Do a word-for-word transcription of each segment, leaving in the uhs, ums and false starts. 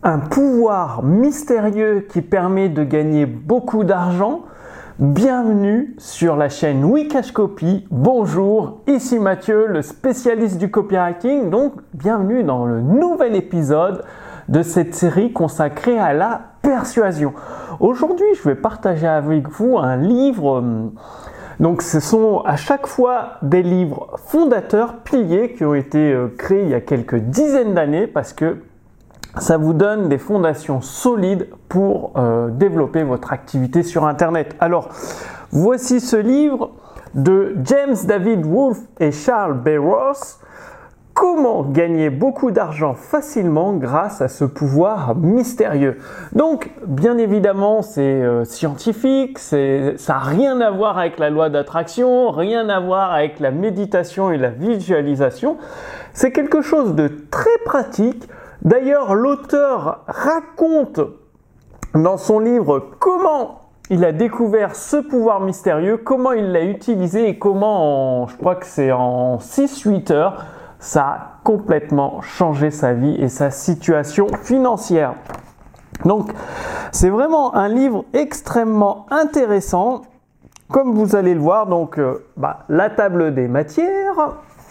un pouvoir mystérieux qui permet de gagner beaucoup d'argent? Bienvenue sur la chaîne Wikashcopy. Bonjour, ici Mathieu, le spécialiste du copywriting. Donc, bienvenue dans le nouvel épisode de cette série consacrée à la persuasion. Aujourd'hui, je vais partager avec vous un livre. Donc, ce sont à chaque fois des livres fondateurs, piliers, qui ont été créés il y a quelques dizaines d'années parce que ça vous donne des fondations solides pour euh, développer votre activité sur Internet. Alors, voici ce livre de James David Wolfe et Charles Bayross. Comment gagner beaucoup d'argent facilement grâce à ce pouvoir mystérieux. Donc, bien évidemment, c'est euh, scientifique, c'est, ça n'a rien à voir avec la loi d'attraction, rien à voir avec la méditation et la visualisation. C'est quelque chose de très pratique. D'ailleurs, l'auteur raconte dans son livre comment il a découvert ce pouvoir mystérieux, comment il l'a utilisé et comment, en, je crois que c'est en six huit heures, ça a complètement changé sa vie et sa situation financière. Donc, c'est vraiment un livre extrêmement intéressant. Comme vous allez le voir, donc, euh, bah, la table des matières.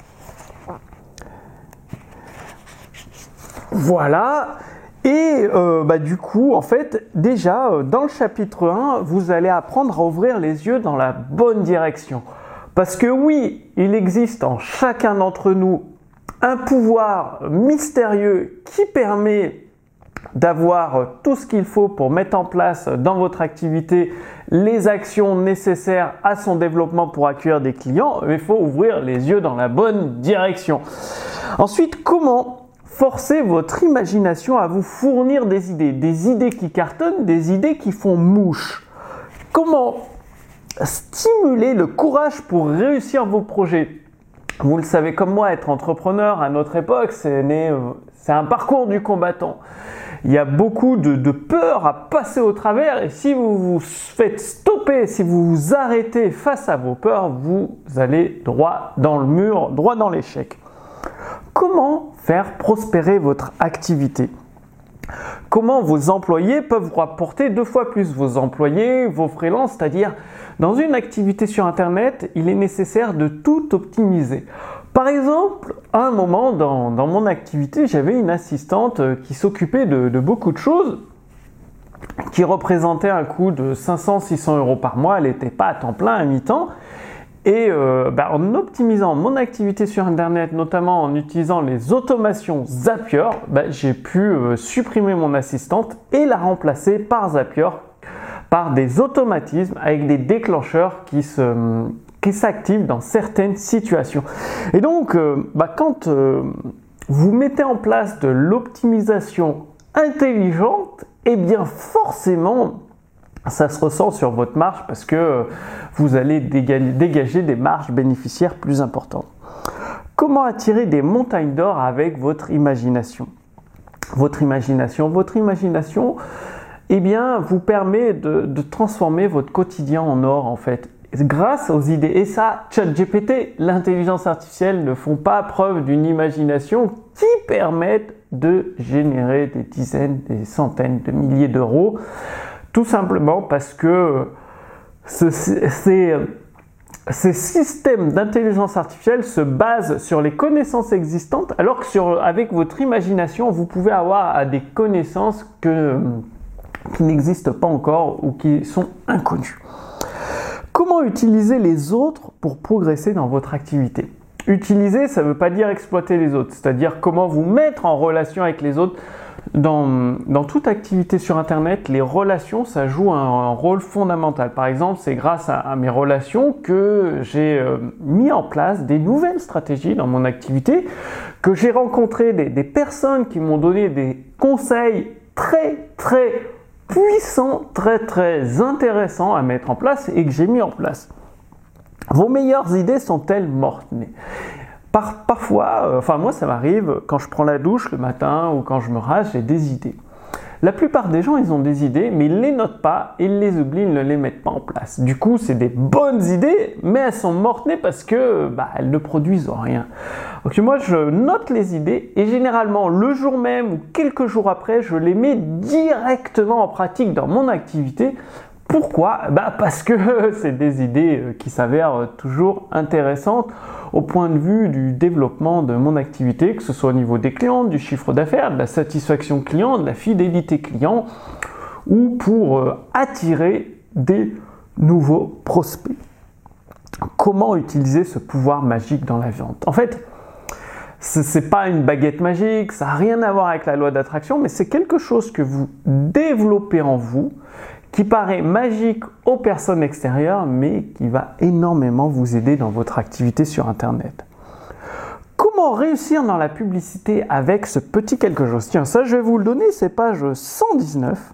Voilà. Et euh, bah, du coup, en fait, déjà, euh, dans le chapitre un, vous allez apprendre à ouvrir les yeux dans la bonne direction. Parce que oui, il existe en chacun d'entre nous un pouvoir mystérieux qui permet d'avoir tout ce qu'il faut pour mettre en place dans votre activité les actions nécessaires à son développement pour accueillir des clients. Il faut ouvrir les yeux dans la bonne direction. Ensuite, comment forcer votre imagination à vous fournir des idées, des idées qui cartonnent, des idées qui font mouche. Comment stimuler le courage pour réussir vos projets. Vous le savez comme moi, être entrepreneur à notre époque, c'est, né, c'est un parcours du combattant. Il y a beaucoup de, de peur à passer au travers et si vous vous faites stopper, si vous vous arrêtez face à vos peurs, vous allez droit dans le mur, droit dans l'échec. Comment faire prospérer votre activité? Comment vos employés peuvent vous rapporter deux fois plus? Vos employés, vos freelances, c'est-à-dire dans une activité sur Internet, il est nécessaire de tout optimiser. Par exemple, à un moment dans, dans mon activité, j'avais une assistante qui s'occupait de, de beaucoup de choses, qui représentait un coût de cinq cents à six cents euros par mois. Elle n'était pas à temps plein, à mi-temps. Et euh, bah, en optimisant mon activité sur Internet, notamment en utilisant les automations Zapier, bah, j'ai pu euh, supprimer mon assistante et la remplacer par Zapier, par des automatismes avec des déclencheurs qui, se, qui s'activent dans certaines situations. Et donc, euh, bah, quand euh, vous mettez en place de l'optimisation intelligente, eh bien forcément, ça se ressent sur votre marge parce que vous allez dégager des marges bénéficiaires plus importantes. Comment attirer des montagnes d'or avec votre imagination? Votre imagination, votre imagination, eh bien, vous permet de, de transformer votre quotidien en or en fait, grâce aux idées. Et ça, ChatGPT, l'intelligence artificielle ne font pas preuve d'une imagination qui permette de générer des dizaines, des centaines de milliers d'euros. Tout simplement parce que ce, ces, ces systèmes d'intelligence artificielle se basent sur les connaissances existantes, alors que sur, avec votre imagination, vous pouvez avoir des connaissances que, qui n'existent pas encore ou qui sont inconnues. Comment utiliser les autres pour progresser dans votre activité? Utiliser, ça ne veut pas dire exploiter les autres, c'est-à-dire comment vous mettre en relation avec les autres. Dans, dans toute activité sur Internet, les relations, ça joue un, un rôle fondamental. Par exemple, c'est grâce à, à mes relations que j'ai euh, mis en place des nouvelles stratégies dans mon activité, que j'ai rencontré des, des personnes qui m'ont donné des conseils très, très puissants, très, très intéressants à mettre en place et que j'ai mis en place. Vos meilleures idées sont-elles mortes? Par, parfois, euh, enfin moi ça m'arrive, quand je prends la douche le matin ou quand je me rase, j'ai des idées. La plupart des gens, ils ont des idées, mais ils ne les notent pas, ils les oublient, ils ne les mettent pas en place. Du coup, c'est des bonnes idées, mais elles sont mortes-nées parce que bah, elles ne produisent rien. Donc moi, je note les idées et généralement, le jour même ou quelques jours après, je les mets directement en pratique dans mon activité. Pourquoi? Bah parce que c'est des idées qui s'avèrent toujours intéressantes au point de vue du développement de mon activité, que ce soit au niveau des clients, du chiffre d'affaires, de la satisfaction client, de la fidélité client, ou pour attirer des nouveaux prospects. Comment utiliser ce pouvoir magique dans la vente? En fait, ce n'est pas une baguette magique, ça n'a rien à voir avec la loi d'attraction, mais c'est quelque chose que vous développez en vous, qui paraît magique aux personnes extérieures, mais qui va énormément vous aider dans votre activité sur Internet. Comment réussir dans la publicité avec ce petit quelque chose? Tiens, ça je vais vous le donner, c'est page cent dix-neuf.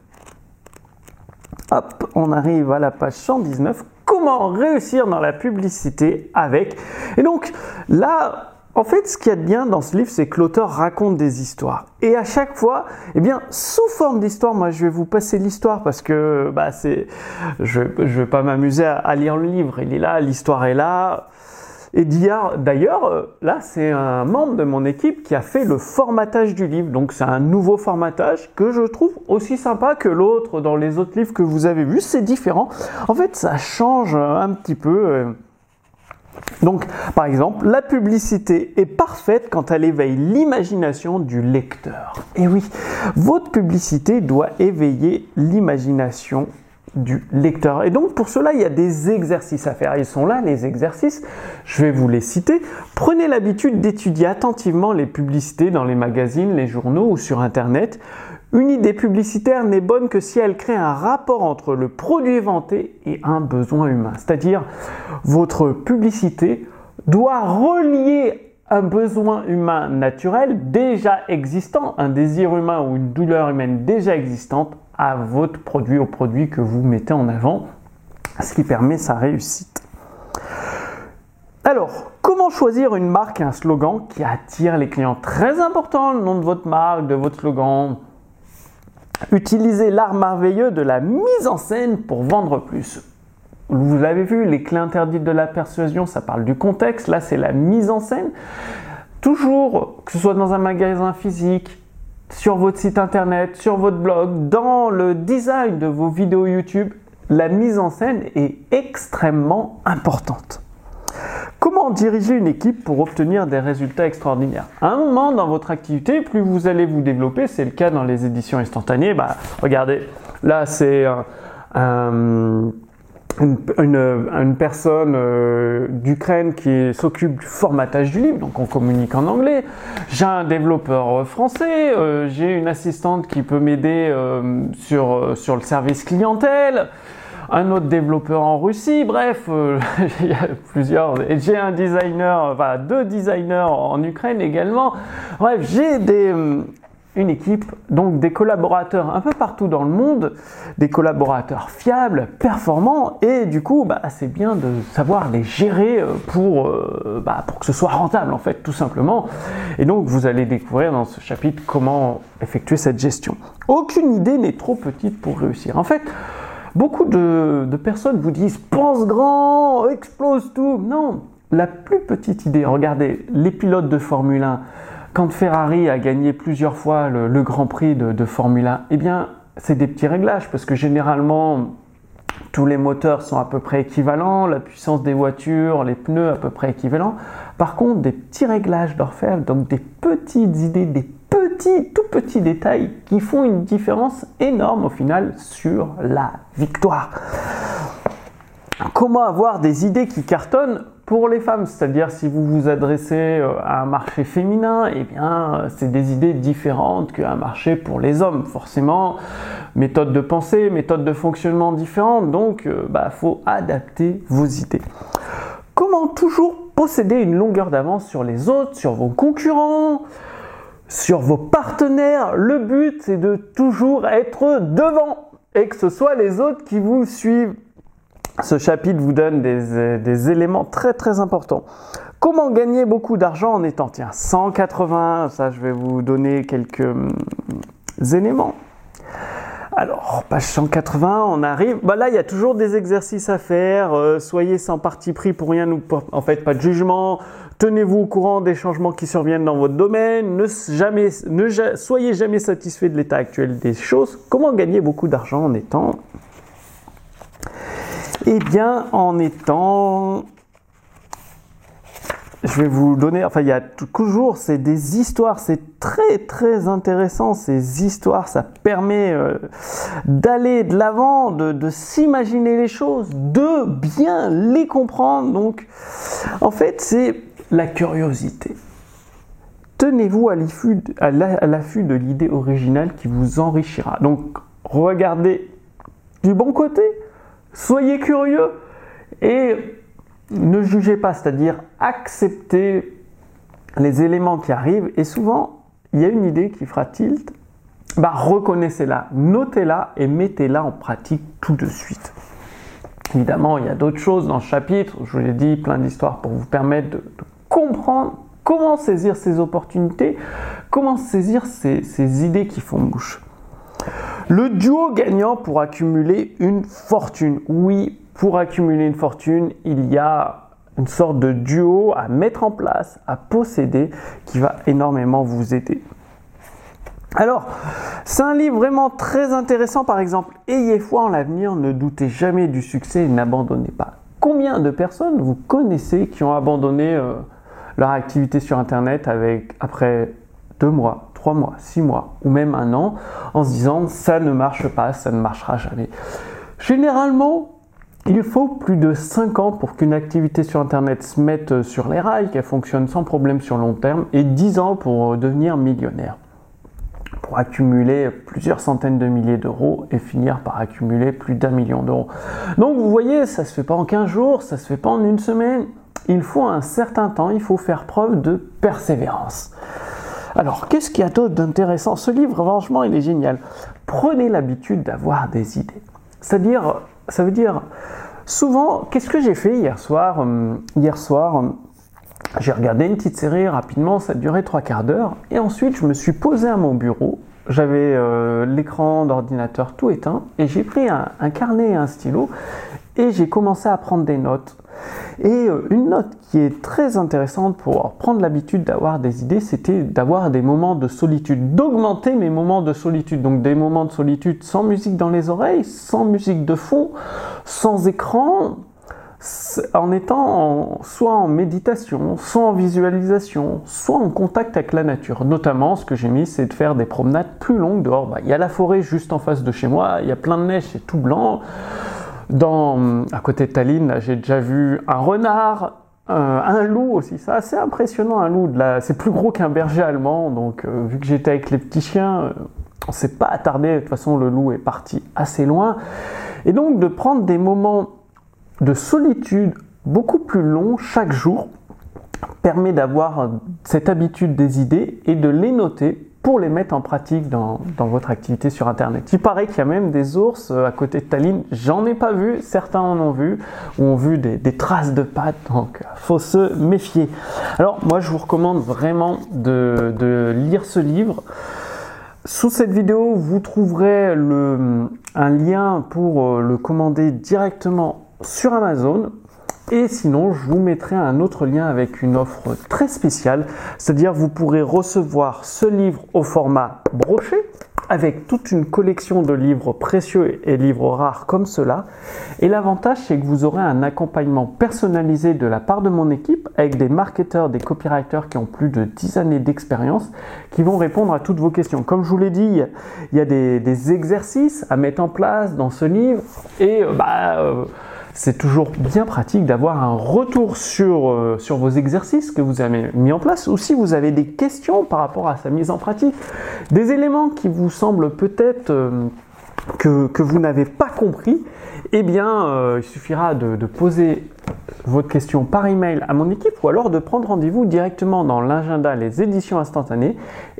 Hop, on arrive à la page cent dix-neuf. Comment réussir dans la publicité avec? Et donc là, en fait, ce qu'il y a de bien dans ce livre, c'est que l'auteur raconte des histoires. Et à chaque fois, eh bien, sous forme d'histoire, moi je vais vous passer l'histoire parce que bah, c'est, je ne vais pas m'amuser à, à lire le livre. Il est là, l'histoire est là. Et d'ailleurs, là, c'est un membre de mon équipe qui a fait le formatage du livre. Donc, c'est un nouveau formatage que je trouve aussi sympa que l'autre dans les autres livres que vous avez vus. C'est différent. En fait, ça change un petit peu. Donc, par exemple, la publicité est parfaite quand elle éveille l'imagination du lecteur. Et oui, votre publicité doit éveiller l'imagination du lecteur. Et donc, pour cela, il y a des exercices à faire. Ils sont là, les exercices. Je vais vous les citer. Prenez l'habitude d'étudier attentivement les publicités dans les magazines, les journaux ou sur Internet. Une idée publicitaire n'est bonne que si elle crée un rapport entre le produit vanté et un besoin humain. C'est-à-dire, votre publicité doit relier un besoin humain naturel déjà existant, un désir humain ou une douleur humaine déjà existante à votre produit, au produit que vous mettez en avant, ce qui permet sa réussite. Alors, comment choisir une marque et un slogan qui attire les clients? Très important, le nom de votre marque, de votre slogan. Utilisez l'art merveilleux de la mise en scène pour vendre plus. Vous l'avez vu, les clés interdites de la persuasion, ça parle du contexte. Là, c'est la mise en scène. Toujours, que ce soit dans un magasin physique, sur votre site internet, sur votre blog, dans le design de vos vidéos YouTube, la mise en scène est extrêmement importante. Comment diriger une équipe pour obtenir des résultats extraordinaires? À un moment dans votre activité, plus vous allez vous développer, c'est le cas dans les éditions instantanées. Bah, regardez, là c'est un, un, une, une, une personne euh, d'Ukraine qui s'occupe du formatage du livre, donc on communique en anglais. J'ai un développeur français, euh, j'ai une assistante qui peut m'aider euh, sur, sur le service clientèle. Un autre développeur en Russie, bref, euh, il y a plusieurs, et j'ai un designer, enfin deux designers en Ukraine également. Bref, j'ai des, une équipe, donc des collaborateurs un peu partout dans le monde, des collaborateurs fiables, performants, et du coup, bah, c'est bien de savoir les gérer pour, euh, bah, pour que ce soit rentable en fait, tout simplement. Et donc, vous allez découvrir dans ce chapitre comment effectuer cette gestion. Aucune idée n'est trop petite pour réussir. En fait, beaucoup de, de personnes vous disent « pense grand, explose tout ». Non, la plus petite idée, regardez, les pilotes de Formule un, quand Ferrari a gagné plusieurs fois le, le Grand Prix de, de Formule un, eh bien, c'est des petits réglages parce que généralement, tous les moteurs sont à peu près équivalents, la puissance des voitures, les pneus à peu près équivalents. Par contre, des petits réglages d'orfèvre, donc des petites idées, des petits, tout petits détails qui font une différence énorme au final sur la victoire. Comment avoir des idées qui cartonnent pour les femmes? C'est-à-dire si vous vous adressez à un marché féminin, eh bien c'est des idées différentes qu'un marché pour les hommes. Forcément, méthode de pensée, méthode de fonctionnement différentes, donc il bah, faut adapter vos idées. Comment toujours posséder une longueur d'avance sur les autres, sur vos concurrents, sur vos partenaires? Le but, c'est de toujours être devant et que ce soit les autres qui vous suivent. Ce chapitre vous donne des, des éléments très très importants. Comment gagner beaucoup d'argent en étant, tiens, cent quatre-vingts, ça je vais vous donner quelques hum, éléments. Alors, page cent quatre-vingts, on arrive. Bah là, il y a toujours des exercices à faire. Euh, soyez sans parti pris pour rien, ou en fait, pas de jugement. Tenez-vous au courant des changements qui surviennent dans votre domaine. Ne, jamais, ne ja, soyez jamais satisfait de l'état actuel des choses. Comment gagner beaucoup d'argent en étant... Eh bien, en étant... Je vais vous donner, enfin il y a toujours, c'est des histoires, c'est très très intéressant ces histoires, ça permet euh, d'aller de l'avant, de, de s'imaginer les choses, de bien les comprendre. Donc en fait c'est la curiosité. Tenez-vous à l'affût de l'idée originale qui vous enrichira. Donc regardez du bon côté, soyez curieux et ne jugez pas, c'est-à-dire acceptez les éléments qui arrivent et souvent il y a une idée qui fera tilt, bah, reconnaissez-la, notez-la et mettez-la en pratique tout de suite. Évidemment, il y a d'autres choses dans ce chapitre, je vous l'ai dit, plein d'histoires pour vous permettre de, de comprendre comment saisir ces opportunités, comment saisir ces, ces idées qui font mouche. Le duo gagnant pour accumuler une fortune. Oui, pour accumuler une fortune, il y a une sorte de duo à mettre en place, à posséder, qui va énormément vous aider. Alors, c'est un livre vraiment très intéressant, par exemple, ayez foi en l'avenir, ne doutez jamais du succès et n'abandonnez pas. Combien de personnes vous connaissez qui ont abandonné euh, leur activité sur Internet avec, après deux mois, trois mois, six mois ou même un an, en se disant ça ne marche pas, ça ne marchera jamais. Généralement, il faut plus de cinq ans pour qu'une activité sur Internet se mette sur les rails, qu'elle fonctionne sans problème sur long terme, et dix ans pour devenir millionnaire, pour accumuler plusieurs centaines de milliers d'euros et finir par accumuler plus d'un million d'euros. Donc vous voyez, ça ne se fait pas en quinze jours, ça ne se fait pas en une semaine, il faut un certain temps, il faut faire preuve de persévérance. Alors, qu'est-ce qu'il y a d'autre d'intéressant? Ce livre, franchement, il est génial. Prenez l'habitude d'avoir des idées. C'est-à-dire, ça veut dire, souvent, qu'est-ce que j'ai fait hier soir? Hier soir, j'ai regardé une petite série rapidement, ça a duré trois quarts d'heure. Et ensuite, je me suis posé à mon bureau. J'avais euh, l'écran d'ordinateur tout éteint. Et j'ai pris un, un carnet et un stylo. Et j'ai commencé à prendre des notes. Et une note qui est très intéressante pour prendre l'habitude d'avoir des idées, c'était d'avoir des moments de solitude, d'augmenter mes moments de solitude. Donc des moments de solitude sans musique dans les oreilles, sans musique de fond, sans écran, en étant en, soit en méditation, soit en visualisation, soit en contact avec la nature. Notamment, ce que j'ai mis, c'est de faire des promenades plus longues dehors. Bah, il y a la forêt juste en face de chez moi, il y a plein de neige, c'est tout blanc. Dans, à côté de Tallinn, j'ai déjà vu un renard, euh, un loup aussi. C'est assez impressionnant, un loup. De la... C'est plus gros qu'un berger allemand. Donc, euh, vu que j'étais avec les petits chiens, euh, on ne s'est pas attardé. De toute façon, le loup est parti assez loin. Et donc, de prendre des moments de solitude beaucoup plus longs chaque jour permet d'avoir cette habitude des idées et de les noter pour les mettre en pratique dans, dans votre activité sur Internet. Il paraît qu'il y a même des ours à côté de Tallinn, j'en ai pas vu, certains en ont vu, ou ont vu des, des traces de pattes, donc il faut se méfier. Alors moi je vous recommande vraiment de, de lire ce livre. Sous cette vidéo, vous trouverez le, un lien pour le commander directement sur Amazon. Et sinon, je vous mettrai un autre lien avec une offre très spéciale, c'est-à-dire vous pourrez recevoir ce livre au format broché, avec toute une collection de livres précieux et livres rares comme cela. Et l'avantage, c'est que vous aurez un accompagnement personnalisé de la part de mon équipe, avec des marketeurs, des copywriters qui ont plus de dix années d'expérience, qui vont répondre à toutes vos questions. Comme je vous l'ai dit, il y a des, des exercices à mettre en place dans ce livre, et bah... Euh, c'est toujours bien pratique d'avoir un retour sur, euh, sur vos exercices que vous avez mis en place, ou si vous avez des questions par rapport à sa mise en pratique, des éléments qui vous semblent peut-être euh, que, que vous n'avez pas compris, eh bien euh, il suffira de, de poser votre question par email à mon équipe ou alors de prendre rendez-vous directement dans l'agenda Les Éditions Instantanées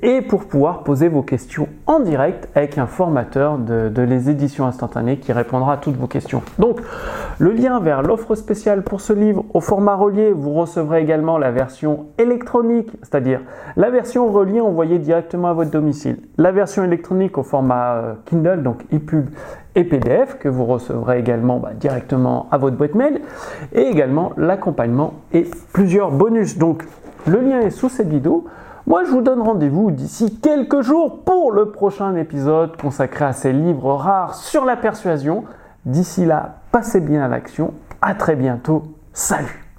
et pour pouvoir poser vos questions en direct avec un formateur de, de les éditions instantanées qui répondra à toutes vos questions. Donc, le lien vers l'offre spéciale pour ce livre au format relié, vous recevrez également la version électronique, c'est-à-dire la version reliée envoyée directement à votre domicile, la version électronique au format euh, Kindle, donc e-pub et P D F que vous recevrez également bah, directement à votre boîte mail, et également l'accompagnement et plusieurs bonus. Donc, le lien est sous cette vidéo. Moi, je vous donne rendez-vous d'ici quelques jours pour le prochain épisode consacré à ces livres rares sur la persuasion. D'ici là, passez bien à l'action. À très bientôt. Salut!